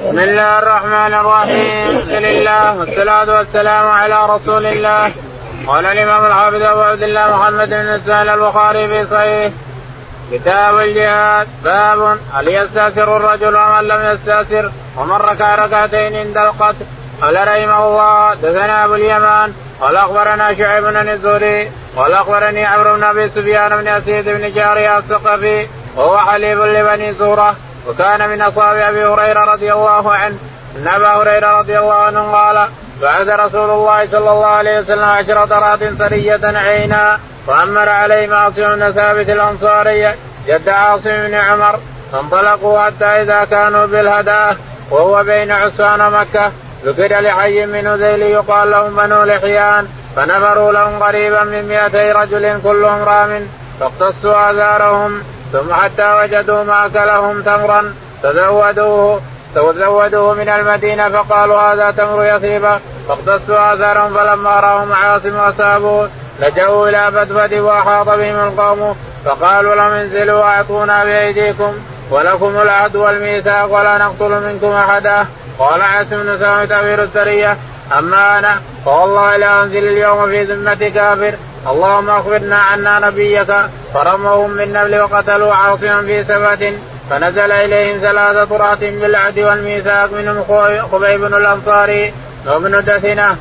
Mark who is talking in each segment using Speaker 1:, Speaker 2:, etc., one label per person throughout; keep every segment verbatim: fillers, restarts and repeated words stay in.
Speaker 1: بسم الله الرحمن الرحيم. الحمد لله والصلاة والسلام على رسول الله. قال الإمام الحافظ أبو عبد الله محمد بن إسماعيل البخاري في صحيح كتاب الجهاد باب هل يستأثر الرجل ومن لم يستأثر ومن ركع ركعتين عند القتل. قال رحمه الله دثنا أبو اليمان قال أخبرنا شعيب بن الزهري قال أخبرني عمرو بن أبي سفيان بن أسيد بن جارية الثقفي وهو حليف لبني زهرة وكان من أصحاب أبي هريرة رضي الله عنه أن أبا هريرة رضي الله عنه قال بعث رسول الله صلى الله عليه وسلم عشر طرات سرية عينا وأمر عليهم عاصم بن ثابت الأنصاري جد عاصم بن عمر فانطلقوا حتى إذا كانوا بالهداه وهو بين عسفان ومكة ذكر لحي من ذيل يقال لهم بنو لحيان فنفروا لهم قريبا من مئتي رجل كلهم رام فاقتصوا آثارهم ثم حتى وجدوا مأكلهم تمرا تزودوه تزودوه من المدينة فقالوا هذا تمر يثرب فاقتصوا آثارهم فلما رأهم عاصم وأصابوه لجأوا إلى بدبد وأحاط بهم القوم فقالوا لهم انزلوا وأعطونا بأيديكم ولكم العهد والميثاق ولا نقتل منكم أحدا. قال عاصم بن سامي تعبير السرية أما أنا فوالله لا أنزل اليوم في ذمة كافر اللهم أخبرنا عنا نبيك. فرموهم من نبل وقتلوا عاصما في سبت فنزل إليهم ثلاثة طرات بالعهد والميثاق منهم خبيب الأنصاري وابن دثنة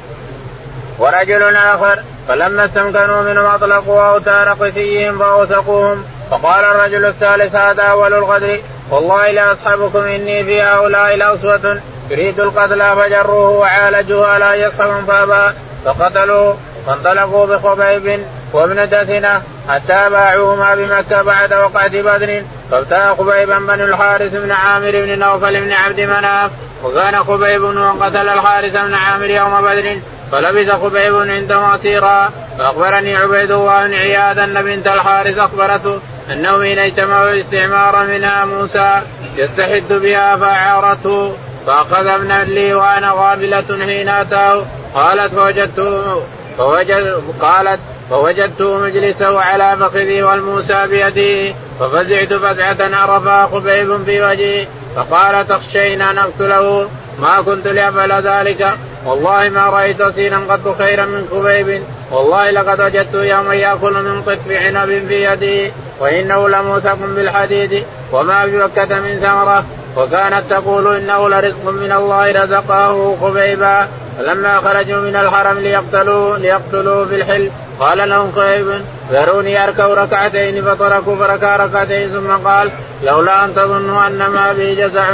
Speaker 1: ورجل آخر فلما استمكنوا منهم أطلقوا أوتار قسيهم فأوثقوهم. فقال الرجل الثالث هذا أول الغدر والله لا أصحبكم إني في هؤلاء لأسوة يريد القتل فجروه وعالجوه لا يصحبهم فأبى فقتلوا فانطلقوا بخبيب وابن دثنة حتى باعوهما بمكة بعد وقعة بدر فابتاع خبيبا بن الحارث بن عامر بن نوفل بن عبد مناف وكان خبيب وقتل الحارث بن عامر يوم بدر فلبث خبيب عنده أسيرا. فأخبرني عبيد الله بن عياد أن بنت الحارث أخبرته أنه حين اجتمعوا استعمار منها موسى يستحد بها فأعارته فأخذ ابنا لي وأنا غافلة حين أتاه قالت فوجدته فوجد قالت فوجدته مجلسه على فخذه والموسى بيده ففزعت فزعة عرفها خبيب في وجهي فقال تخشين أن أقتله ما كنت لأفعل ذلك والله ما رأيت أسيرا قط خيرا من خبيب والله لقد وجدته يوم يأكل من قطف عنب في يده وإنه لموثق بالحديد وما بمكة من ثمرة وكانت تقول إنه لرزق من الله رزقه خبيبا. فلما خرجوا من الحرم ليقتلوا ليقتلوا في الحل قال لهم خبيب ذروني أركع ركعتين فتركوا فركع ركعتين ثم قال لولا أن تظنوا أن ما بي جزع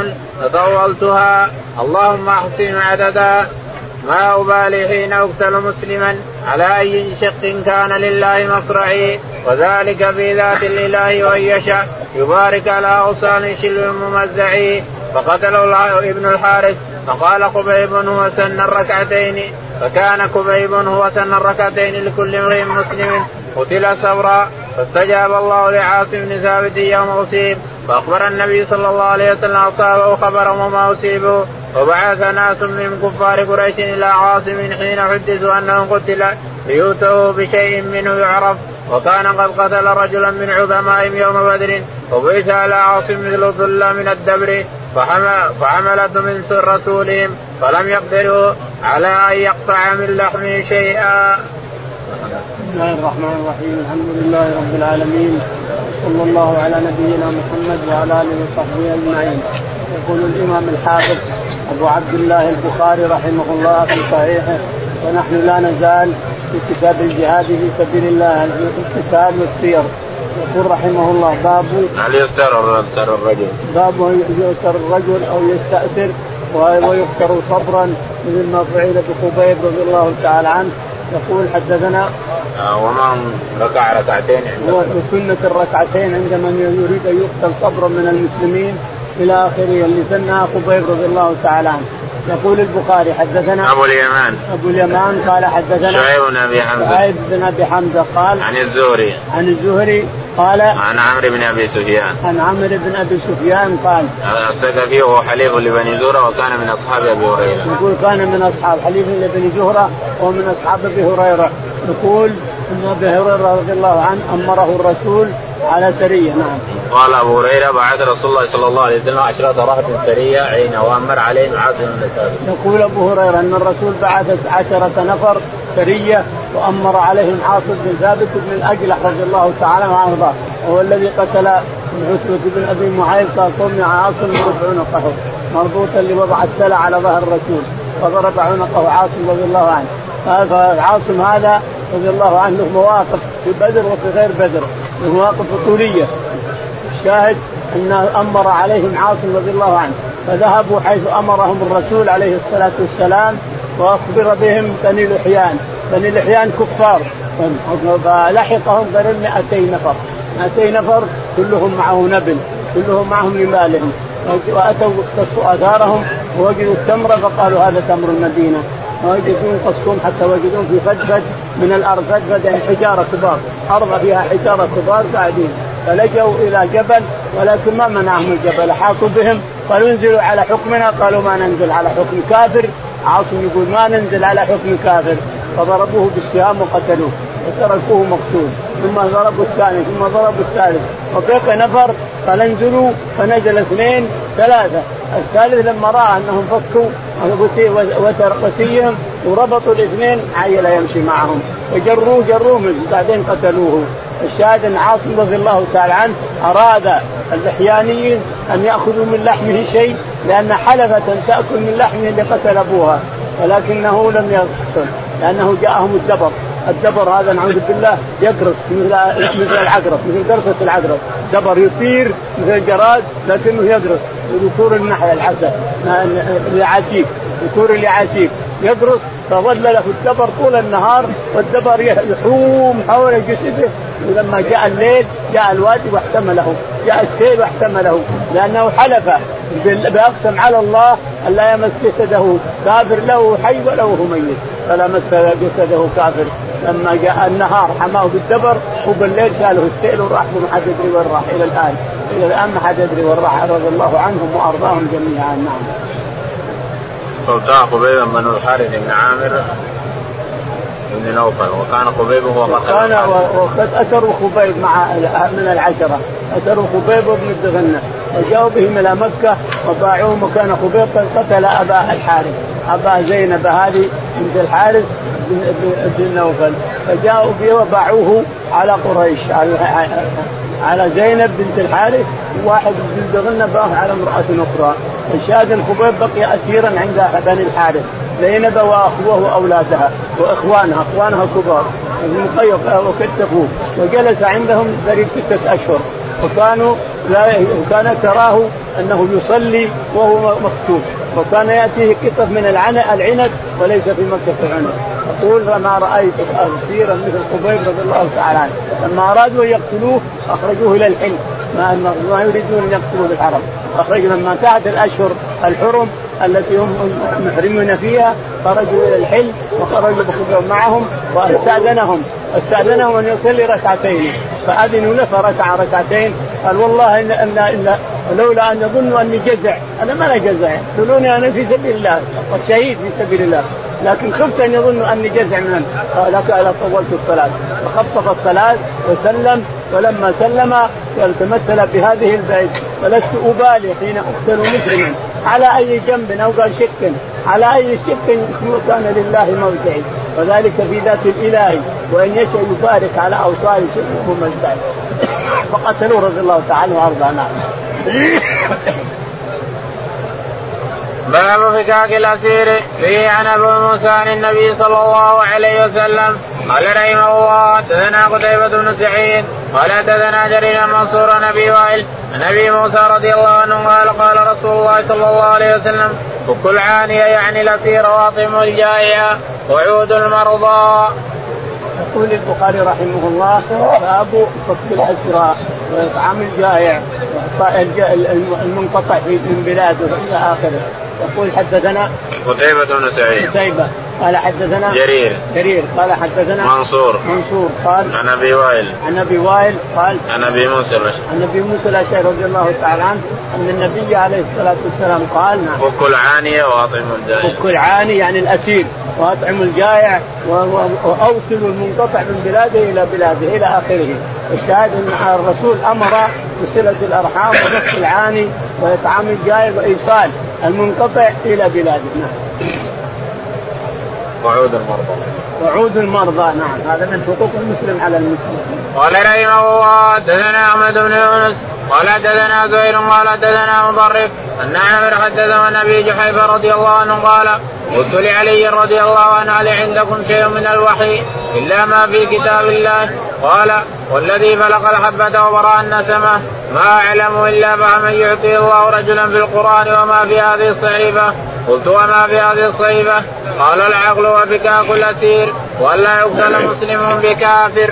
Speaker 1: لطولتها اللهم أحسن عددا ما أبالي حين أقتل مسلما على أي شق كان لله مصرعي وذلك في ذات الإله وإن يشاء يبارك على أغصان شلو ممزعي. فقتله ابن الحارث فقال خبيب هو سن الركعتين فكان خبيب هو سن الركعتين لكل امرئ مسلم قتل صبرا. فاستجاب الله لعاصم بن ثابت يوم أصيب فأخبر النبي صلى الله عليه وسلم أصابه خبرهم وما أصيبوا وبعث ناس من كفار قريش إلى عاصم حين حدثوا أنه قتل ليؤتوا بشيء منه يعرف وكان قد قتل رجلا من عظمائهم يوم بدر وبعث على عاصم مثل الظل من الدبر فحملت من رسولهم فلم يقدروا على أن يقطع من لحمه شيئا.
Speaker 2: بسم الله الرحمن الرحيم. الحمد لله رب العالمين صلى الله على نبينا محمد وعلى آله وصحبه أجمعين. يقول الإمام الحافظ أبو عبد الله البخاري رحمه الله في صحيحه ونحن لا نزال في كتاب الجهاد في سبيل الله القتال والسير. يقول رحمه الله باب
Speaker 1: هل يستر الرجل
Speaker 2: باب يستر الرجل أو يستأثر ويكثر صبرا مثل ما فعل بخبيب رضي الله تعالى عنه. يقول حدثنا
Speaker 1: ومن ركع ركعتين
Speaker 2: وسنة الركعتين عندما يريد أن يقتل صبرا من المسلمين إلى آخره اللي سنها خبيب رضي الله تعالى عنه. يقول البخاري حدثنا
Speaker 1: أبو اليمان
Speaker 2: أبو اليمان قال حدثنا
Speaker 1: شعيب بن أبي حمزة
Speaker 2: شعيب بن أبي حمزة قال
Speaker 1: عن الزهري
Speaker 2: عن الزهري قال
Speaker 1: عن عمرو بن أبي سفيان
Speaker 2: عن عمرو بن أبي سفيان قال
Speaker 1: الثقفي وهو حليف لبني زهرة وكان من أصحاب أبي هريرة.
Speaker 2: يقول كان من أصحاب حليف لبني زهرة ومن أصحاب أبي هريرة. يقول أن أبي هريرة رضي الله عنه أمره الرسول على سرية. نعم.
Speaker 1: قال أبو هريرة بعد رسول الله صلى الله عليه وسلم عشرة رهط سرية حين وأمر عليهم عاصم بن ثابت.
Speaker 2: يقول أبو هريرة أن الرسول بعث عشرة نفر سرية وأمر عليهم عاصم بن ثابت بن الأجلح رضي الله تعالى عنه، وهو الذي قتل عتبة بن أبي معيط قوم عاصم وضرب عنقه مربوطا لوضع السلع على ظهر الرسول فضرب عنقه عاصم رضي الله عنه. فعاصم هذا رضي الله عنه له مواقف في بدر وفي غير بدر، له مواقف بطولية. الشاهد أن أمر عليهم عاصم رضي الله عنه فذهبوا حيث أمرهم الرسول عليه الصلاة والسلام، وأخبر بهم بني لحيان. بني لحيان كفار، فلحقهم غير مئتين نفر مئتين نفر كلهم معه نبل، كلهم معهم لمالهم، وأتوا قصوا آثارهم ووجدوا التمر فقالوا هذا تمر المدينة، ووجدون قصهم حتى وجدون في فدفد من الأرض، فدفد يعني حجارة كبار، أرض فيها حجارة كبار قاعدين، فلجوا إلى جبل ولكن ما منعهم الجبل، حاطوا بهم قالوا انزلوا على حكمنا، قالوا ما ننزل على حكم كافر. عاصم يقول ما ننزل على حكم كافر، فضربوه بالسهام وقتلوه وتركوه مقتول، ثم ضربوا الثاني ثم ضربوا الثالث، وبقي نفر قال انزلوا، فنزل اثنين ثلاثة، الثالث لما رأى أنهم فكوا وسيهم وربطوا الاثنين عيل يمشي معهم وجروه جروه منه بعدين قتلوه. الشاهد أن عاصم رضي الله تعالى عنه أراد اللحيانيين أن يأخذوا من لحمه شيء، لأن حلفة تأكل من لحمه اللي قتل أبوها، ولكنه لم يقتل لأنه جاءهم الدبر. الدبر هذا نعوذ بالله يقرص مثل مثل العقرب، مثل قرصة العقرب، دبر يطير مثل الجراد لكنه يقرص، ذكور النحل الحسن العسيف، ذكور العسيف يقرص، فظل له الدبر طول النهار والدبر يحوم حول جسده، ولما جاء الليل جاء الوادي واحتمله، جاء السيل واحتمله، لأنه حلف بأقسم على الله أن لا يمس جسده كافر له حي وله ميت، فلا مس جسده كافر. لما جاء النهار حماه بالدبر وبالليل شاله السيل وراح ما حد يدري وين راح. إلى الآن إلى الآن ما حد يدري وين راح، رضي الله عنهم وأرضاهم جميعا. نعم.
Speaker 1: فوقع قبيب بن الحارث بن عامر بن نوفل، وكان قبيب هو
Speaker 2: قتل وقد أتروا خبيب مع من العشرة، أتروا خبيب بن الدغنة وجاءوا بهم إلى مكة وباعوه مكان خبيب قتل أبا الحارث، أبا زينب هذه بنت الحارث بن نوفل، فجاءوا به وباعوه على قريش، على على زينب بنت الحارث، واحد بن الدغنة باعه على امرأة أخرى. الشاهد الخبيب بقي أسيرا عند بني الحارث، زينب وأخوه وأولادها وإخوانها إخوانها كبار وكتفوه، وجلس عندهم قريب ستة أشهر، وكانوا لا وكان تراه أنه يصلي وهو مكتوب، وكان يأتيه قطف من العنب وليس في مكة عنب. يقول فما رأيت أسيرا مثل خبيب رضي الله تعالى عنه، لما أرادوا يقتلوه أخرجوه إلى الحل، ما ما يريدون أن يقتلوا بالحرم، أخرجوا لما انتهت الأشهر الحرم التي هم محرمون فيها خرجوا إلى الحل وخرجوا بخبيب معهم، واستأذنهم استأذنهم أن يصلي ركعتين، فأذنوا له فركع ركعتين. قال والله إن إن إن لولا أن يظنوا أني جزع، أنا ما أنا جزع، يقولوني أنا في سبيل الله والشهيد في سبيل الله، لكن خفت أن يظنوا أني جزع منهم، قال لك ألا طولت الصلاة، فخفف الصلاة وسلم، ولما سلم تمثل بهذه البيت، فلست أبالي حين أقتل مسلما على أي جنب أو قال شك على أي شك كان لله مرجعي، وذلك في ذات الإله، وإن يشاء يبارك على أوصال شركه مجدعي. فقتلوا رضي الله تعالى وأرضانا.
Speaker 1: باب فكاك الأسير فيه عن أبو موسى عن النبي صلى الله عليه وسلم قال رحمه الله حدثنا قتيبة بن سعيد قال حدثنا جرير منصور نبي وائل النبي موسى رضي الله عنه قال قال رسول الله صلى الله عليه وسلم فك العانية يعني الأسير واطم الجائع وعود المرضى.
Speaker 2: يقول البخاري رحمه الله باب فك الأسرى وإطعام الجائع المنقطع من بلاده إلى آخره. يقول حدثنا
Speaker 1: قتيبة بن سعيد
Speaker 2: قتيبة قال حدثنا
Speaker 1: جرير
Speaker 2: جرير قال حدثنا
Speaker 1: منصور
Speaker 2: منصور قال
Speaker 1: عن ابي وائل
Speaker 2: عن ابي وائل قال
Speaker 1: عن ابي موسى
Speaker 2: عن ابي موسى الاشعري رضي الله تعالى عنه ان النبي عليه الصلاه والسلام قال
Speaker 1: فك العانيه واطعموا الجائع.
Speaker 2: فك العاني يعني الاسير واطعموا الجائع واوصلوا المنقطع من بلاده الى بلاده الى اخره. الشاهد ان الرسول امر بصله الارحام وفك العاني واطعام الجائع وايصال المنقطع الى بلاده.
Speaker 1: وعود المرضى
Speaker 2: وعود المرضى نعم هذا من حقوق المسلم على المسلم.
Speaker 1: قال رحمه الله حدثنا احمد بن يونس قال حدثنا زهير قال حدثنا مضرب ان عامر حدثنا النبي جحيفه رضي الله عنه قال قلت لعلي رضي الله عنه هل عندكم شيء من الوحي الا ما في كتاب الله؟ قال والذي فلق الحبة وبرأ النسمة ما أعلم إلا فمن يعطي الله رجلا في القرآن وما في هذه الصحيفة. قلت وما في هذه الصحيفة؟ قال العقل وبكاء الأسير ولا يقتل مسلم بكافر.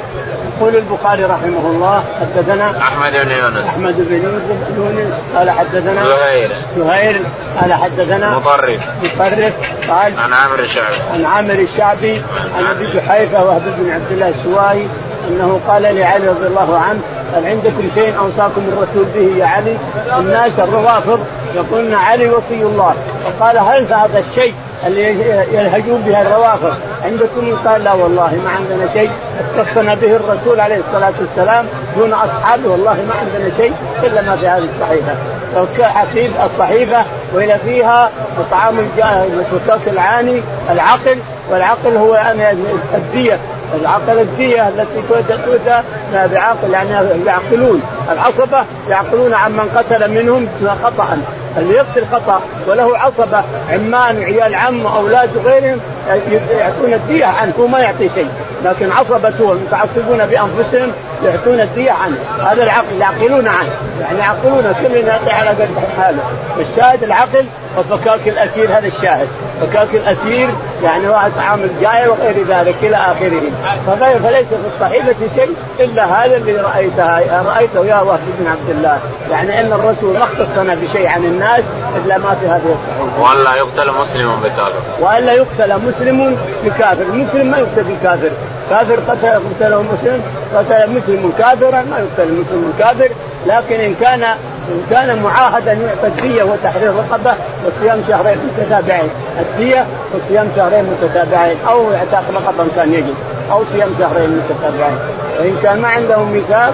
Speaker 2: يقول البخاري رحمه الله حدثنا
Speaker 1: أحمد بن يونس
Speaker 2: أحمد بن يونس قال حدثنا
Speaker 1: زهير
Speaker 2: زهير قال حدثنا
Speaker 1: مطرف
Speaker 2: مطرف قال
Speaker 1: عن عامر الشعبي
Speaker 2: عن عامر الشعبي عن أبي جحيفة وهب بن عبد الله السوائي أنه قال لعلي رضي الله عنه هل عندكم شيء أوصاكم الرسول به يا علي؟ الناس الروافض يقولون علي وصي الله، فقال هل هذا الشيء اللي يلهجون بها الروافض عندكم؟ قال لا والله ما عندنا شيء اتصفنا به الرسول عليه الصلاة والسلام دون أصحابه، والله ما عندنا شيء إلا ما في هذه الصحيفة. فكأكيد الصحيفة وإلى فيها طعام الفكاك العاني العقل، والعقل هو يعني الدية، العقل الدية التي تؤتى بعقل يعني يعقلون العصبة يعقلون عن من قتل منهم خطأ، اللي يقتل خطأ وله عصبة عمان وعيال عم وأولاد وغيرهم يعطون الدية عنه، هو ما يعطي شيء، لكن عصبته المتعصبون بأنفسهم يعطون الدية عنه. هذا العقل يعقلون عنه، يعني يعقلون كل يعطي على قد حاله. الشاهد العقل وفكاك الأسير، هذا الشاهد فكاك الأسير يعني واحد طعام الجائع وغير ذلك إلى آخره. فليس في الصحيفة شيء إلا هذا اللي رأيتها رأيته يا وهب بن عبد الله، يعني أن الرسول ما اختصنا بشيء عن الناس إلا ما في هذه الصحيفة.
Speaker 1: وألا يقتل مسلم بكافر،
Speaker 2: وألا يقتل مسلم بكافر، المسلم ما يقتل بكافر، كافر قتل قتله مسلم قتل مسلم كافرا ما يقتل مسلم كافر، لكن إن كان إن كان معاهدا يعطى الدية وتحرير رقبة وصيام شهرين متتابعين، الدية وصيام شهرين متتابعين أو اعتاق رقبة كان يجب أو صيام شهرين متتابعين. وإن كان ما عندهم ميثاق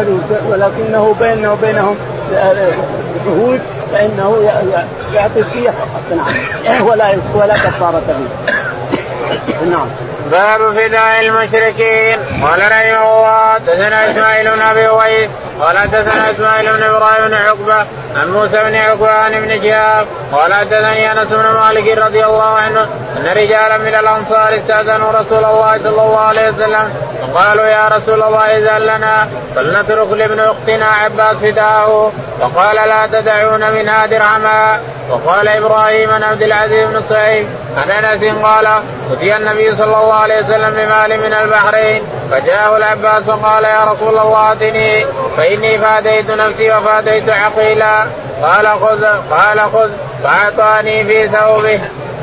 Speaker 2: ولكنه بينه وبينهم شهود فإنه يعطي الدية فقط نعم ولا ولا كفارة فيه. نعم.
Speaker 1: باب فداء المشركين. قال رحمه الله حدثنا اسماعيل بن ابي اويس قال حدثنا اسماعيل بن ابراهيم بن عقبه عن موسى بن عقبه عن ابن شهاب قال حدثني انس بن مالك رضي الله عنه ان رجالا من الانصار استاذنوا رسول الله صلى الله عليه وسلم فقالوا يا رسول الله اذن لنا فلنترك لابن اختنا عباس فداءه، فقال لا تدعون منها درهما. وقال ابراهيم بن عبد العزيز بن صهيب عن انس قال اتي النبي صلى الله عليه وسلم بمال من البحرين فجاءه العباس وقال يا رسول الله اتني فاني فاديت نفسي وفاديت عقيلا. قال خذ قال خذ فاعطاني في ثوبه.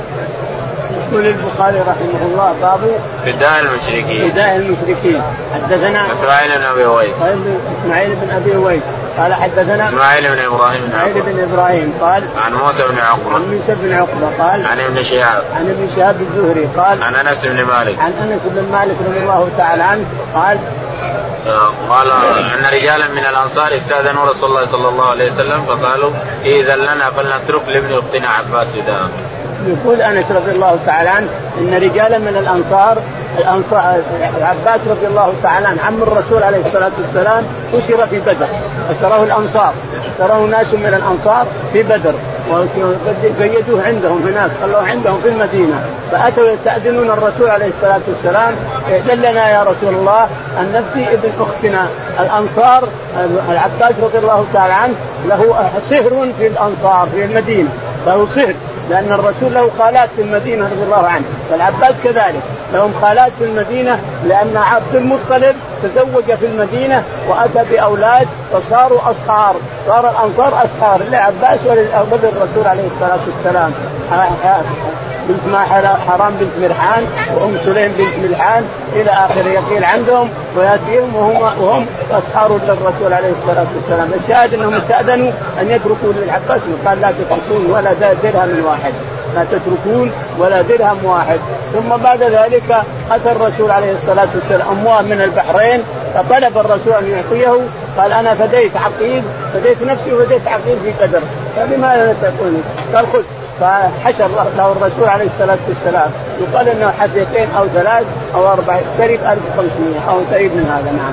Speaker 2: يقول البخاري رحمه الله باب
Speaker 1: فداء المشركين.
Speaker 2: فداء المشركين. حدثنا
Speaker 1: اسماعيل بن ابي اويس
Speaker 2: اسماعيل بن ابي اويس قال حدثنا
Speaker 1: اسماعيل بن ابراهيم
Speaker 2: اسماعيل بن ابراهيم قال
Speaker 1: عن موسى بن عقبه
Speaker 2: عن موسى بن عقبه قال
Speaker 1: عن ابن شهاب
Speaker 2: عن ابن شهاب الزهري قال
Speaker 1: عن انس بن مالك
Speaker 2: عن انس بن مالك رضي الله تعالى عنه قال
Speaker 1: قال ان رجالا من الانصار استاذنوا رسول الله صلى الله عليه وسلم فقالوا اذن لنا فلنترك لابن اختنا عباس فداءه.
Speaker 2: يقول انس رضي الله تعالى عنه ان رجالا من الانصار الانصار عباس رضي الله تعالى عنه عم الرسول عليه الصلاه والسلام أسر في بدر، أسره الانصار، أسره ناس من الانصار في بدر وقيدوه عندهم هناك خلوه عندهم في المدينه، فاتوا يستاذنون الرسول عليه الصلاه والسلام ائذن لنا يا رسول الله ان نفدي ابن اختنا. الانصار العباس رضي الله تعالى عنه له سهر في الانصار في المدينه، له سهر لأن الرسول له خالات في المدينة رضي الله عنه، فالعباس كذلك لهم خالات في المدينة، لأن عبد المطلب تزوج في المدينة وأتى بأولاد فصاروا أصهار، صار الأنصار أصهار للعباس وللرسول عليه الصلاة والسلام. بنت حرام بنت مرحان وأم سليم بنت ملحان إلى آخر يقيل عندهم ويأتيهم وهم, وهم أصحاب للرسول عليه الصلاة والسلام. الشاهد أنهم استأذنوا أن يتركوا للعباس وقال لا تتركون ولا درهم واحد، لا تتركون ولا درهم واحد. ثم بعد ذلك أتى الرسول عليه الصلاة والسلام أموال من البحرين فطلب الرسول أن يعطيه، قال أنا فديت عقيل فديت نفسي وفديت عقيل في قدر، فلماذا لا تقولي؟ قال خذ. فحشر له الرسول عليه الصلاة والسلام، يقال أنه حديثين أو ثلاث أو أربع قريب ألف وخمسمائة أو قريب من هذا. نعم.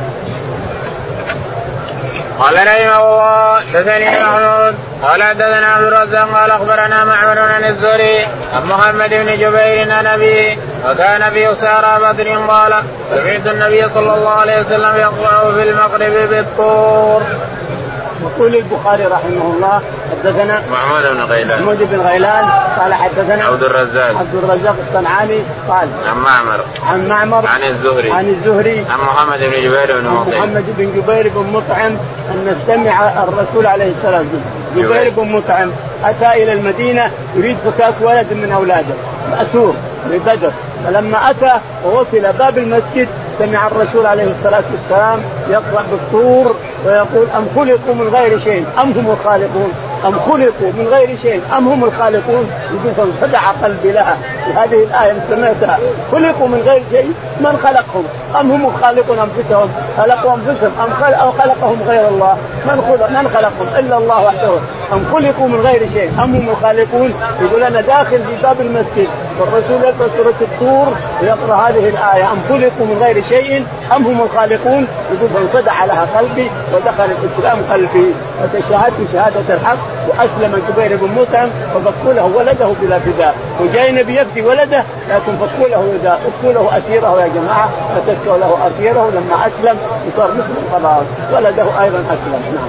Speaker 1: قال رحمه الله حدثني محمود قال حدثنا عبد الرزاق قال اخبرنا معمر عن الزهري عن محمد بن جبير عن ابيه وكان في اسارى بدر قال سمعت النبي صلى الله عليه وسلم يقرأ في المغرب بالطور.
Speaker 2: يقول البخاري رحمه الله حدثنا
Speaker 1: محمود بن غيلان
Speaker 2: محمود بن غيلان قال حدثنا
Speaker 1: عبد الرزاق
Speaker 2: عبد الرزاق الصنعاني قال
Speaker 1: عن معمر
Speaker 2: عن معمر
Speaker 1: عن الزهري
Speaker 2: عن الزهري
Speaker 1: عن محمد بن جبير بن مطعم
Speaker 2: محمد بن جبير بن مطعم أن استمع الرسول عليه الصلاة والسلام. جبير بن مطعم أتى إلى المدينة يريد فكاك ولد من أولاده مأسور ببدر، فلما أتى ووصل باب المسجد سمع الرسول عليه الصلاة والسلام يقرأ بالطور ويقول أم خلقوا من غير شيء أم هم الخالقون، أم خلقوا من غير شيء أم هم الخالقون. يقول فانخدع قلبي لها هذه الآية سمعتها خلقوا من غير شيء من خلقهم أم هم الخالقون أنفسهم خلقوا أنفسهم أم خلق أو خلقهم غير الله من خلق من خلقهم إلا الله وحده أم خلقوا من غير شيء أم هم الخالقون. يقول أنا داخل في باب المسجد والرسول يقرأ سورة الطور ويقرأ هذه الآية أم خلقوا من غير شيء أم هم الخالقون. يقول فانخدع لها قلبي ودخل الإسلام قلبي وتشهدت شهادة الحق وأسلم جبير بن مطعم وفكوا له ولده بلا فداء، وجاي نبي يفدي ولده لكن فكوا له فداء، فكوا له أسيره يا جماعة، فسكوا له أسيره لما أسلم وصار مسلم خلاص ولده أيضا أسلم. نعم.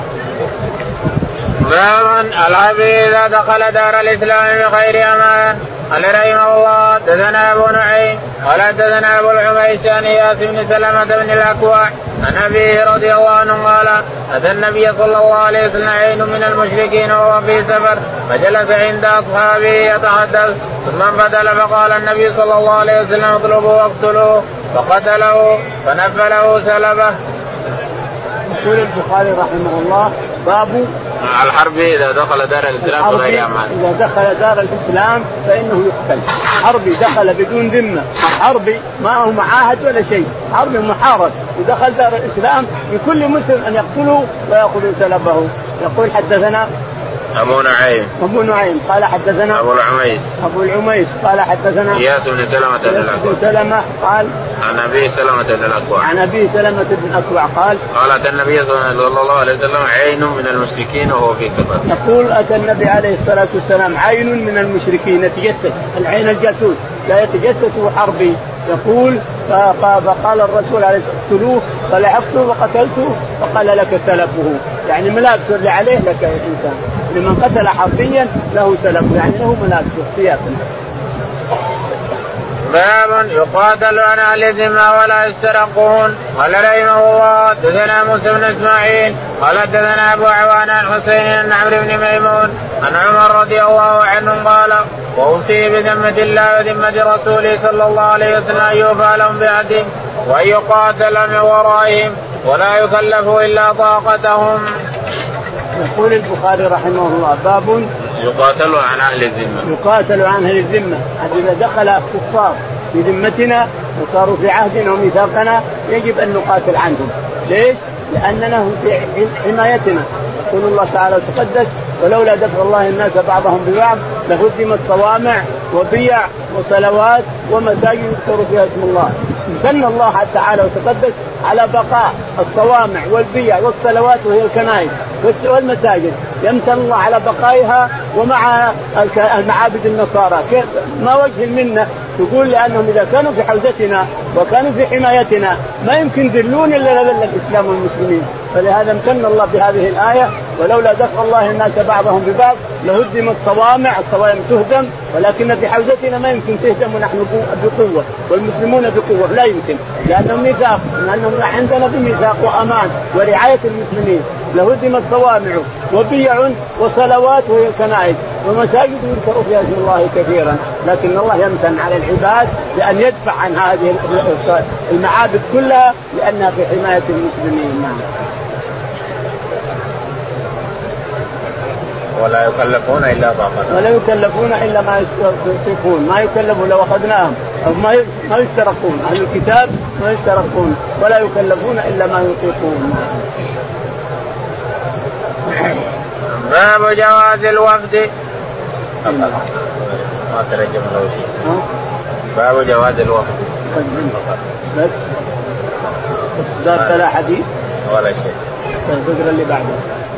Speaker 1: باب العبد إذا دخل دار الإسلام بغير أمان. قال رحمه الله حدثنا أبو نعيم قال حدثنا أبو العميس عن إياس بن سلمة بن الأكوع عن أبيه رضي الله عنه قال أتى النبي صلى الله عليه وسلم عين من المشركين وهو في سفر فجلس عند أصحابه يتحدث ثم انبدل فقال النبي صلى الله عليه وسلم اطلبوا واقتلوه فقتله فنفله سلبه.
Speaker 2: يقول البخاري رحمه الله باب
Speaker 1: الحرب إذا دخل دار الإسلام بغير أمان.
Speaker 2: إذا دخل دار الإسلام فإنه يقتل. حربي دخل بدون ذمة، حربي ما هو معاهد ولا شيء، حربي محارب ودخل دار الإسلام بكل مسلم أن يقتلوا ويأخذوا سلبه. يقول حدثنا
Speaker 1: أبو نعيم
Speaker 2: أبو نعيم قال حدثنا
Speaker 1: أبو العميس
Speaker 2: أبو العميس قال حدثنا
Speaker 1: إياس بن سلمة بن الأكوع
Speaker 2: سلمة قال
Speaker 1: عن أبي سلمة بن الأكوع
Speaker 2: عن أبي سلمة بن الأكوع قال
Speaker 1: قال أتى النبي صلى الله عليه وسلم عين من المشركين وهو في سفر.
Speaker 2: يقول أتى النبي عليه الصلاة والسلام عين من المشركين يتجسد، العين الجاسوس لا يتجسد حربي. يقول فقال الرسول عليه الصلاة والسلام اقتلوه فلحقته وقتلته فقال لك سلبه، يعني ملابسه اللي عليه لك يا إنسان، لمن قتل حربيا له سلب يعني له ملابسه ثيابه.
Speaker 1: باب يقاتل عن أهل الذمة ولا يسترقون. قال رحمه الله حدثنا موسى بن إسماعيل قال حدثنا أبو عوان عن حسين بن عمرو بن ميمون عن عمر رضي الله عنه قال وأوصي بذمة الله وذمة رسوله صلى الله عليه وسلم أن يوفى لهم بعهدهم وأن يقاتل من ورائهم ولا يكلفوا إلا طاقتهم.
Speaker 2: يقول البخاري رحمه الله باب
Speaker 1: يقاتل عن أهل الذمة
Speaker 2: يقاتل عن أهل الذمة. إذا دخل كفار في ذمتنا وصاروا في عهدنا وميثاقنا يجب أن نقاتل عنهم. ليش؟ لأننا في حمايتنا. يقول الله تعالى وتقدس ولولا دفع الله الناس بعضهم ببعض لهدمت صوامع وبيع وصلوات ومساجد يذكر فيها اسم الله. امتن الله تعالى وتقدس على بقاء الصوامع والبيع والصلوات وهي الكنائس والمساجد، يمتن الله على بقائها ومع المعابد النصارى. ما وجه المنة؟ تقول لأنهم إذا كانوا في حوزتنا وكانوا في حمايتنا ما يمكن ذلون إلا لذل الإسلام والمسلمين. فلهذا امتن الله بهذه الآية ولولا دفع الله الناس بعضهم ببعض لهدمت صوامع، الصوامع تهدم ولكن في حوزتنا ما يمكن تهدم ونحن بقوة والمسلمون بقوة لا يمكن، لأنهم ميثاق، لأنهم عندنا بميثاق وأمان ورعاية المسلمين. لهدمت صوامع وبيع وصلوات وهي الكنائس ومساجد يذكر فيها اسم الله كثيرا، لكن الله يمتن على العباد بأن يدفع عن هذه المعابد كلها لأنها في حماية المسلمين.
Speaker 1: ولا يكلفون إلا طاقتهم
Speaker 2: ولا يكلفون إلا ما يستطيعون، ما يكلفون لو أخذناهم ما ما يشتركون، أهل الكتاب ما يشتركون ولا يكلفون إلا ما يطيقون.
Speaker 1: باب جواز الوفد. ما ترجم له شيء. باب جواز الوفد
Speaker 2: بس بس لا حديث
Speaker 1: ولا شيء.
Speaker 2: الفكرة اللي بعده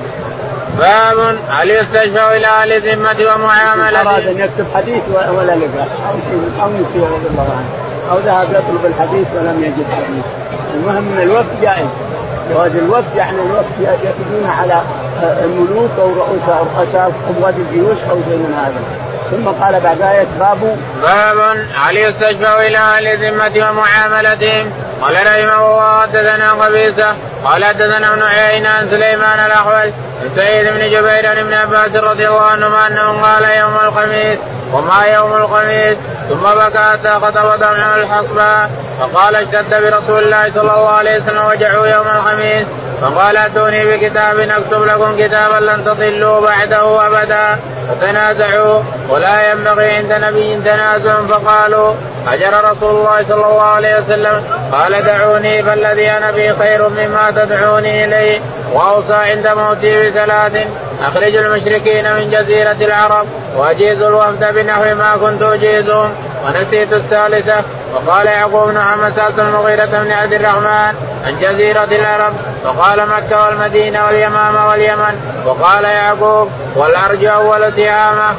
Speaker 1: باب هل يستشفع إلى أهل الذمة ومعاملته.
Speaker 2: أراد أن يكتب حديث ولا لقى أو نسيه رضي الله عنه أو ذهب يطلب الحديث ولم يجد حديث. المهم من الوفد جائز، وهذا الوفد يعني الوفد يأتون على الملوك أو رؤساء قوات الجيوش أو شيء من هذا. ثم قال بعد آية باب
Speaker 1: باب هل يستشفع إلى أهل الذمة ومعاملتهم. قال رحمه الله حدثنا قبيصة قال حدثنا ابن عيينة عن سليمان الأحول عن سعيد بن جبير عن ابن عباس رضي الله عنهما أنه قال يوم الخميس وما يوم الخميس ثم بكى حتى خطب دمعه الحصبة فقال اشتد برسول الله صلى الله عليه وسلم وجعوا يوم الخميس فقال اتوني بكتاب اكتب لكم كتابا لن تضلوا بعده أبدا فتنازعوا ولا ينبغي عند نبي تنازع فقالوا أجر رسول الله صلى الله عليه وسلم قال دعوني فالذي أنا فيه خير مما تدعوني إليه. وأوصى عند موتي بثلاث أخرج المشركين من جزيرة العرب وأجيز الوفد بنحو ما كنت أجيزهم. ونسيت الثالثة وقال يعقوب بن محمد سألت المغيرة بن عبد الرحمن عن جزيرة العرب فقال مكة والمدينة واليمامة واليمن وقال يعقوب والأرج أول تيامة.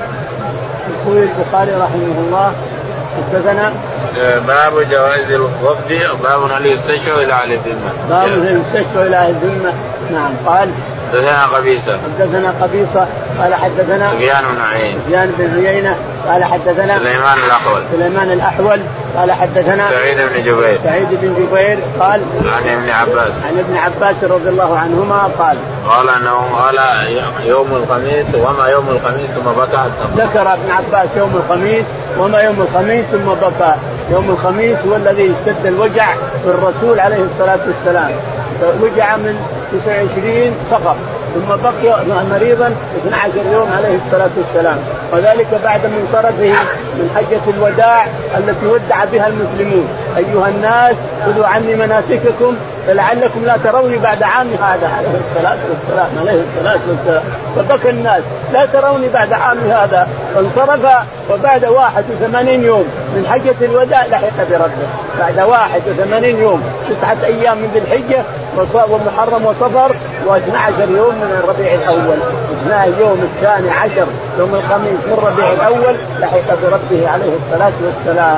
Speaker 2: يقول البخاري رحمه الله حدثنا
Speaker 1: باب جواز الوفد باب هل يستشفع إلى أهل الذمة.
Speaker 2: باب هل يستشفع إلى أهل الذمة. نعم. قال
Speaker 1: حدثنا قبيصة
Speaker 2: حدثنا قبيصة قال حدثنا
Speaker 1: سفيان بن عيينة
Speaker 2: سفيان بن عيينة قال حدثنا
Speaker 1: سليمان الأحول
Speaker 2: سليمان الأحول قال حدثنا
Speaker 1: سعيد بن جبير
Speaker 2: سعيد بن جبير قال
Speaker 1: عن ابن عباس
Speaker 2: عن ابن عباس رضي الله عنهما قال
Speaker 1: قال أنه قال يوم الخميس وما يوم الخميس ثم بكى.
Speaker 2: ذكر ابن عباس يوم الخميس وما يوم الخميس ثم بكى. يوم الخميس هو الذي اشتد الوجع بالرسول عليه الصلاة والسلام، وجع من تسعة وعشرين سقط ثم بقي مريضا اثني عشر يوم عليه الصلاة والسلام، وذلك بعد منصرفه من حجة الوداع التي ودع بها المسلمون. أيها الناس خذوا عني مناسككم فلعلكم لا تروني بعد عام هذا عليه الصلاة والسلام عليه الصلاة والسلام. فبكى الناس لا تروني بعد عام هذا، فانصرف وبعد واحد وثمانين يوم من حجة الوداع لحق بربه. بعد واحد وثمانين يوم تسعة أيام من ذي الحجة ومحرم وصفر واثنى عشر يوم من الربيع الأول، اثنى يوم الثاني عشر يوم الخميس من الربيع الأول لحق بربه عليه الصلاة والسلام.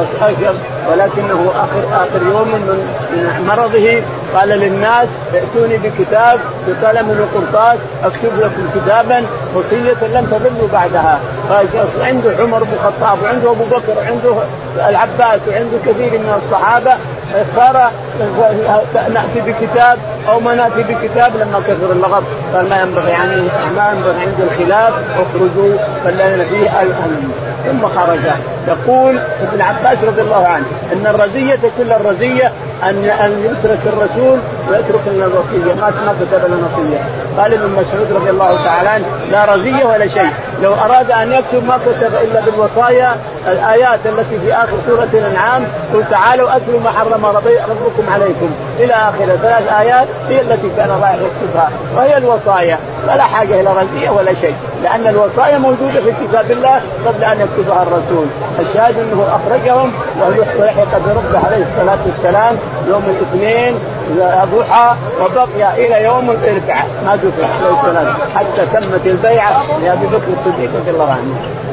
Speaker 2: ولكنه آخر آخر يوم من مرضه قال للناس ائتوني بكتاب بقلم وقرطاس اكتب لكم كتابا وصية لن تضلوا بعدها. عنده عمر بن الخطاب وعنده ابو بكر وعنده العباس وعنده كثير من الصحابة، اختار نأتي بكتاب او ما نأتي بكتاب لما كثر اللغط قال ما ينبغي يعني ما ينبغي عند الخلاف اخرجوا فلان فيه الأمن. ثم خرج. يقول ابن عباس رضي الله عنه ان الرزية كل الرزية ان ان يترك الرسول ويترك لنا الوصية، ما ما كتب لنا وصية. قال ابن مسعود رضي الله تعالى عنه لا رزية ولا شيء، لو اراد ان يكتب ما كتب الا بالوصايا. الايات التي في اخر سورة الانعام قل تعالوا اتلوا ما حرم ربكم عليكم الى اخر ثلاث ايات هي التي كان رايح يكتبها وهي الوصايا، فلا حاجة الى رزية ولا شيء، لان الوصايا موجودة في كتاب الله قبل ان يكتبها الرسول. الشاهد انه اخرجهم ولحق بربه عليه الصلاة والسلام يوم الاثنين ضحى وبقي الى يوم الاربعاء ما دفع عليه السلام حتى تمت البيعة لأبي بكر الصديق رضي الله عنه.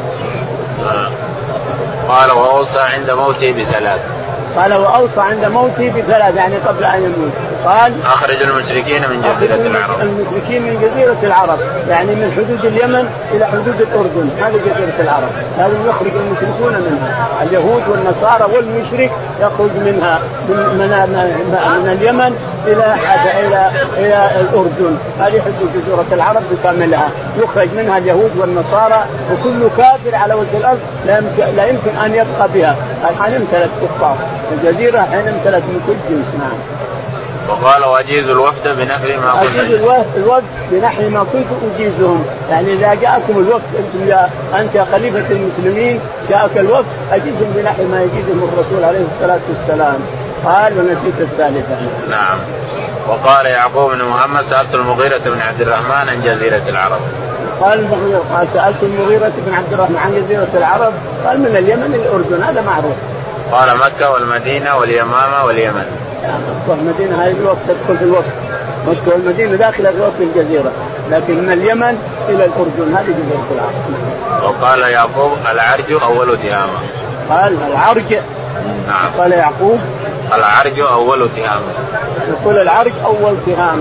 Speaker 1: قال وأوصى عند موته بثلاث.
Speaker 2: قال وأوصى عند موته بثلاث يعني قبل أن يموت. قال
Speaker 1: أخرج المشركين من جزيرة العرب.
Speaker 2: المشركين من جزيرة العرب يعني من حدود اليمن إلى حدود الأردن، هذه جزيرة العرب، هذه يخرج المشركون منها، اليهود والنصارى والمشرك يخرج منها من, من, من اليمن إلى إلى إلى الأردن، هذه حدود جزيرة العرب بكاملها، يخرج منها اليهود والنصارى وكل كافر على وجه الأرض لا يمكن أن يبقى بها. الحين امتلت كفار الجزيرة، الحين امتلت من كل جنس. نعم.
Speaker 1: وقال واجيز الوفد بنحو ما كنت
Speaker 2: أجيز الوفد بنحو ما كنت أجيزهم، يعني إذا جاءكم الوفد أنتم يا أنت يا خليفة المسلمين جاءك الوفد أجيزهم بنحو ما يجيزهم الرسول عليه الصلاة والسلام. قال ونسيت الثالثة.
Speaker 1: نعم. وقال يعقوب بن محمد سألت المغيرة بن عبد الرحمن عن جزيرة العرب.
Speaker 2: قال المغيرة قال سألت المغيرة بن عبد الرحمن عن جزيرة العرب، قال من اليمن الأردن، هذا معروف.
Speaker 1: قال مكة والمدينة واليمامة واليمن.
Speaker 2: مكة والمدينة هذه الوقت تدخل في الوقت، مكة والمدينة داخل الوقت الجزيرة، لكن من اليمن إلى الأردن هذه جزيرة العرب.
Speaker 1: وقال يعقوب العرج أول تهامة.
Speaker 2: قال العرج.
Speaker 1: نعم.
Speaker 2: قال يعقوب
Speaker 1: العرج أول تهامة.
Speaker 2: يقول العرج أول تهامة.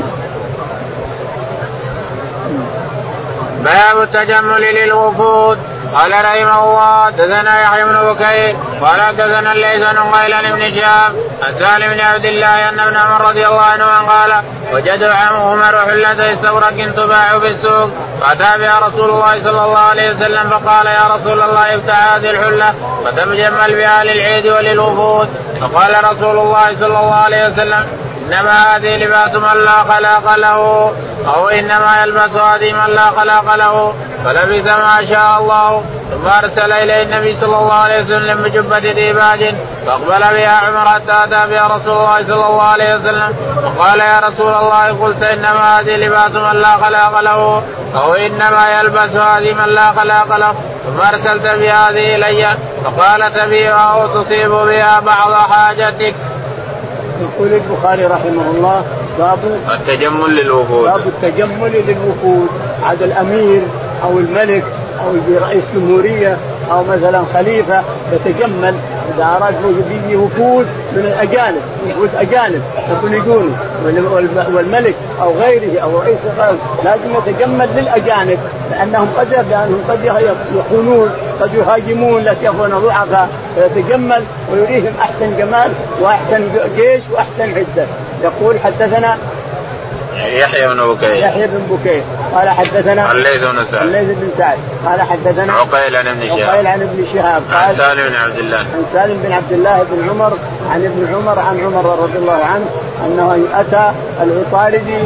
Speaker 1: باب التجمل للوفود. قال رحمه الله دثنا يحيى بن بكير قال دثنا الليث بن غيلان بن شهاب عن سالم بن عبد الله ان ابن عمر رضي الله عنه قال وجدوا عن عمر حلة استورق تباع في السوق فاتى بها رسول الله صلى الله عليه وسلم فقال يا رسول الله ابتع هذه الحلة فتجمل بها للعيد وللوفود. فقال رسول الله صلى الله عليه وسلم إنما هذه لباس من لا خلاق له أو إنما يلبس هذه من لا خلاق له فلبث ما شاء الله. ثم أرسل إليه النبي صلى الله عليه وسلم بجبة ديباج فاقبل بها عمر حتى أتى بها رسول الله صلى الله عليه وسلم فقال يا رسول الله قلت إنما هذه لباس من لا خلاق له أو إنما يلبس هذه من لا خلاق له ثم أرسلت بهذه إلي فقال تبيعها أو تصيب بها بعض حاجتك.
Speaker 2: يقول البخاري رحمه الله باب
Speaker 1: التجمل للوفود.
Speaker 2: باب التجمل للوفود، هذا الأمير أو الملك أو رئيس جمهورية أو مثلا خليفة يتجمل إذا أراد به وفود من الأجانب، وفود أجانب يكون يجون، والملك أو غيره أو رئيس لازم يتجمل للأجانب لأنهم قد لأنهم قد يخونون قد يهاجمون لا يكون ضعفاء، فيتجمل ويريهم أحسن جمال وأحسن جيش وأحسن عدة. يقول حدثنا
Speaker 1: يحيى بن بكير
Speaker 2: يحيى بن بكير قال حدثنا
Speaker 1: الليث بن سعد
Speaker 2: الليث بن سعد قال حدثنا
Speaker 1: عقيل عن ابن شهاب
Speaker 2: عقيل عن ابن شهاب
Speaker 1: عن سالم بن عبد الله
Speaker 2: عن سالم بن عبد الله بن عمر عن ابن عمر عن عمر رضي الله عنه أنه أتى العطاردي